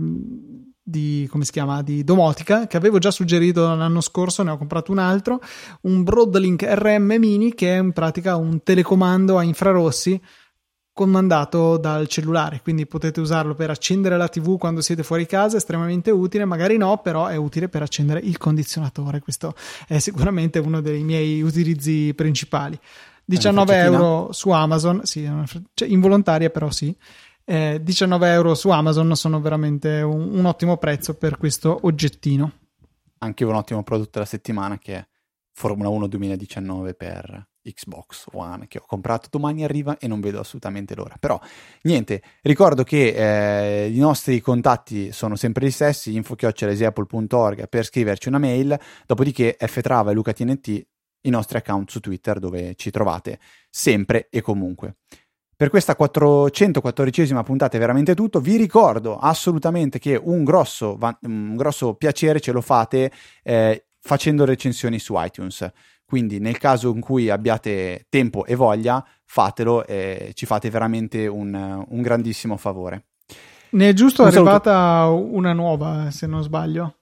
di come si chiama di domotica che avevo già suggerito l'anno scorso, ne ho comprato un altro, un Broadlink R M Mini che è in pratica un telecomando a infrarossi comandato dal cellulare, quindi potete usarlo per accendere la tivù quando siete fuori casa, estremamente utile, magari no, però è utile per accendere il condizionatore, questo è sicuramente uno dei miei utilizzi principali. diciannove euro su Amazon, sì, cioè involontaria però sì. Eh, diciannove euro su Amazon sono veramente un, un ottimo prezzo per questo oggettino. Anche un ottimo prodotto della settimana che è Formula uno duemiladiciannove per Xbox One che ho comprato, domani arriva e non vedo assolutamente l'ora. Però niente, ricordo che eh, i nostri contatti sono sempre gli stessi, info chiocciola easy apple punto org per scriverci una mail, dopodiché Ftrava e Luca T N T i nostri account su Twitter dove ci trovate sempre e comunque. Per questa quattrocentoquattordicesima puntata è veramente tutto. Vi ricordo assolutamente che un grosso, un grosso piacere ce lo fate eh, facendo recensioni su iTunes. Quindi nel caso in cui abbiate tempo e voglia, fatelo e ci fate veramente un, un grandissimo favore. Ne è giusto un arrivata saluto. Una nuova, se non sbaglio.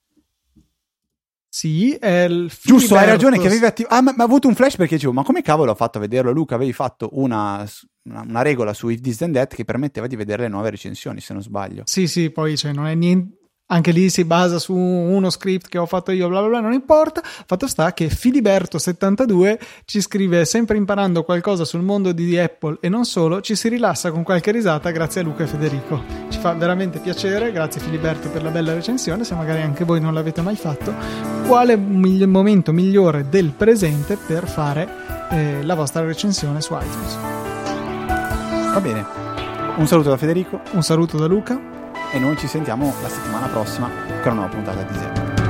Sì, è il giusto, hai ragione che avevi attivato. Ah, ma, ma ho avuto un flash perché dicevo, ma come cavolo ho fatto a vederlo, Luca? Avevi fatto una, una, una regola su If This Then That che permetteva di vedere le nuove recensioni, se non sbaglio. Sì, sì, poi cioè, non è niente. Anche lì si basa su uno script che ho fatto io, bla bla bla, non importa. Fatto sta che Filiberto settantadue ci scrive: sempre imparando qualcosa sul mondo di Apple e non solo, ci si rilassa con qualche risata grazie a Luca e Federico. Ci fa veramente piacere, grazie Filiberto per la bella recensione. Se magari anche voi non l'avete mai fatto, qual è il momento migliore del presente per fare eh, la vostra recensione su iTunes? Va bene, un saluto da Federico, un saluto da Luca e noi ci sentiamo la settimana prossima con una nuova puntata di Zero.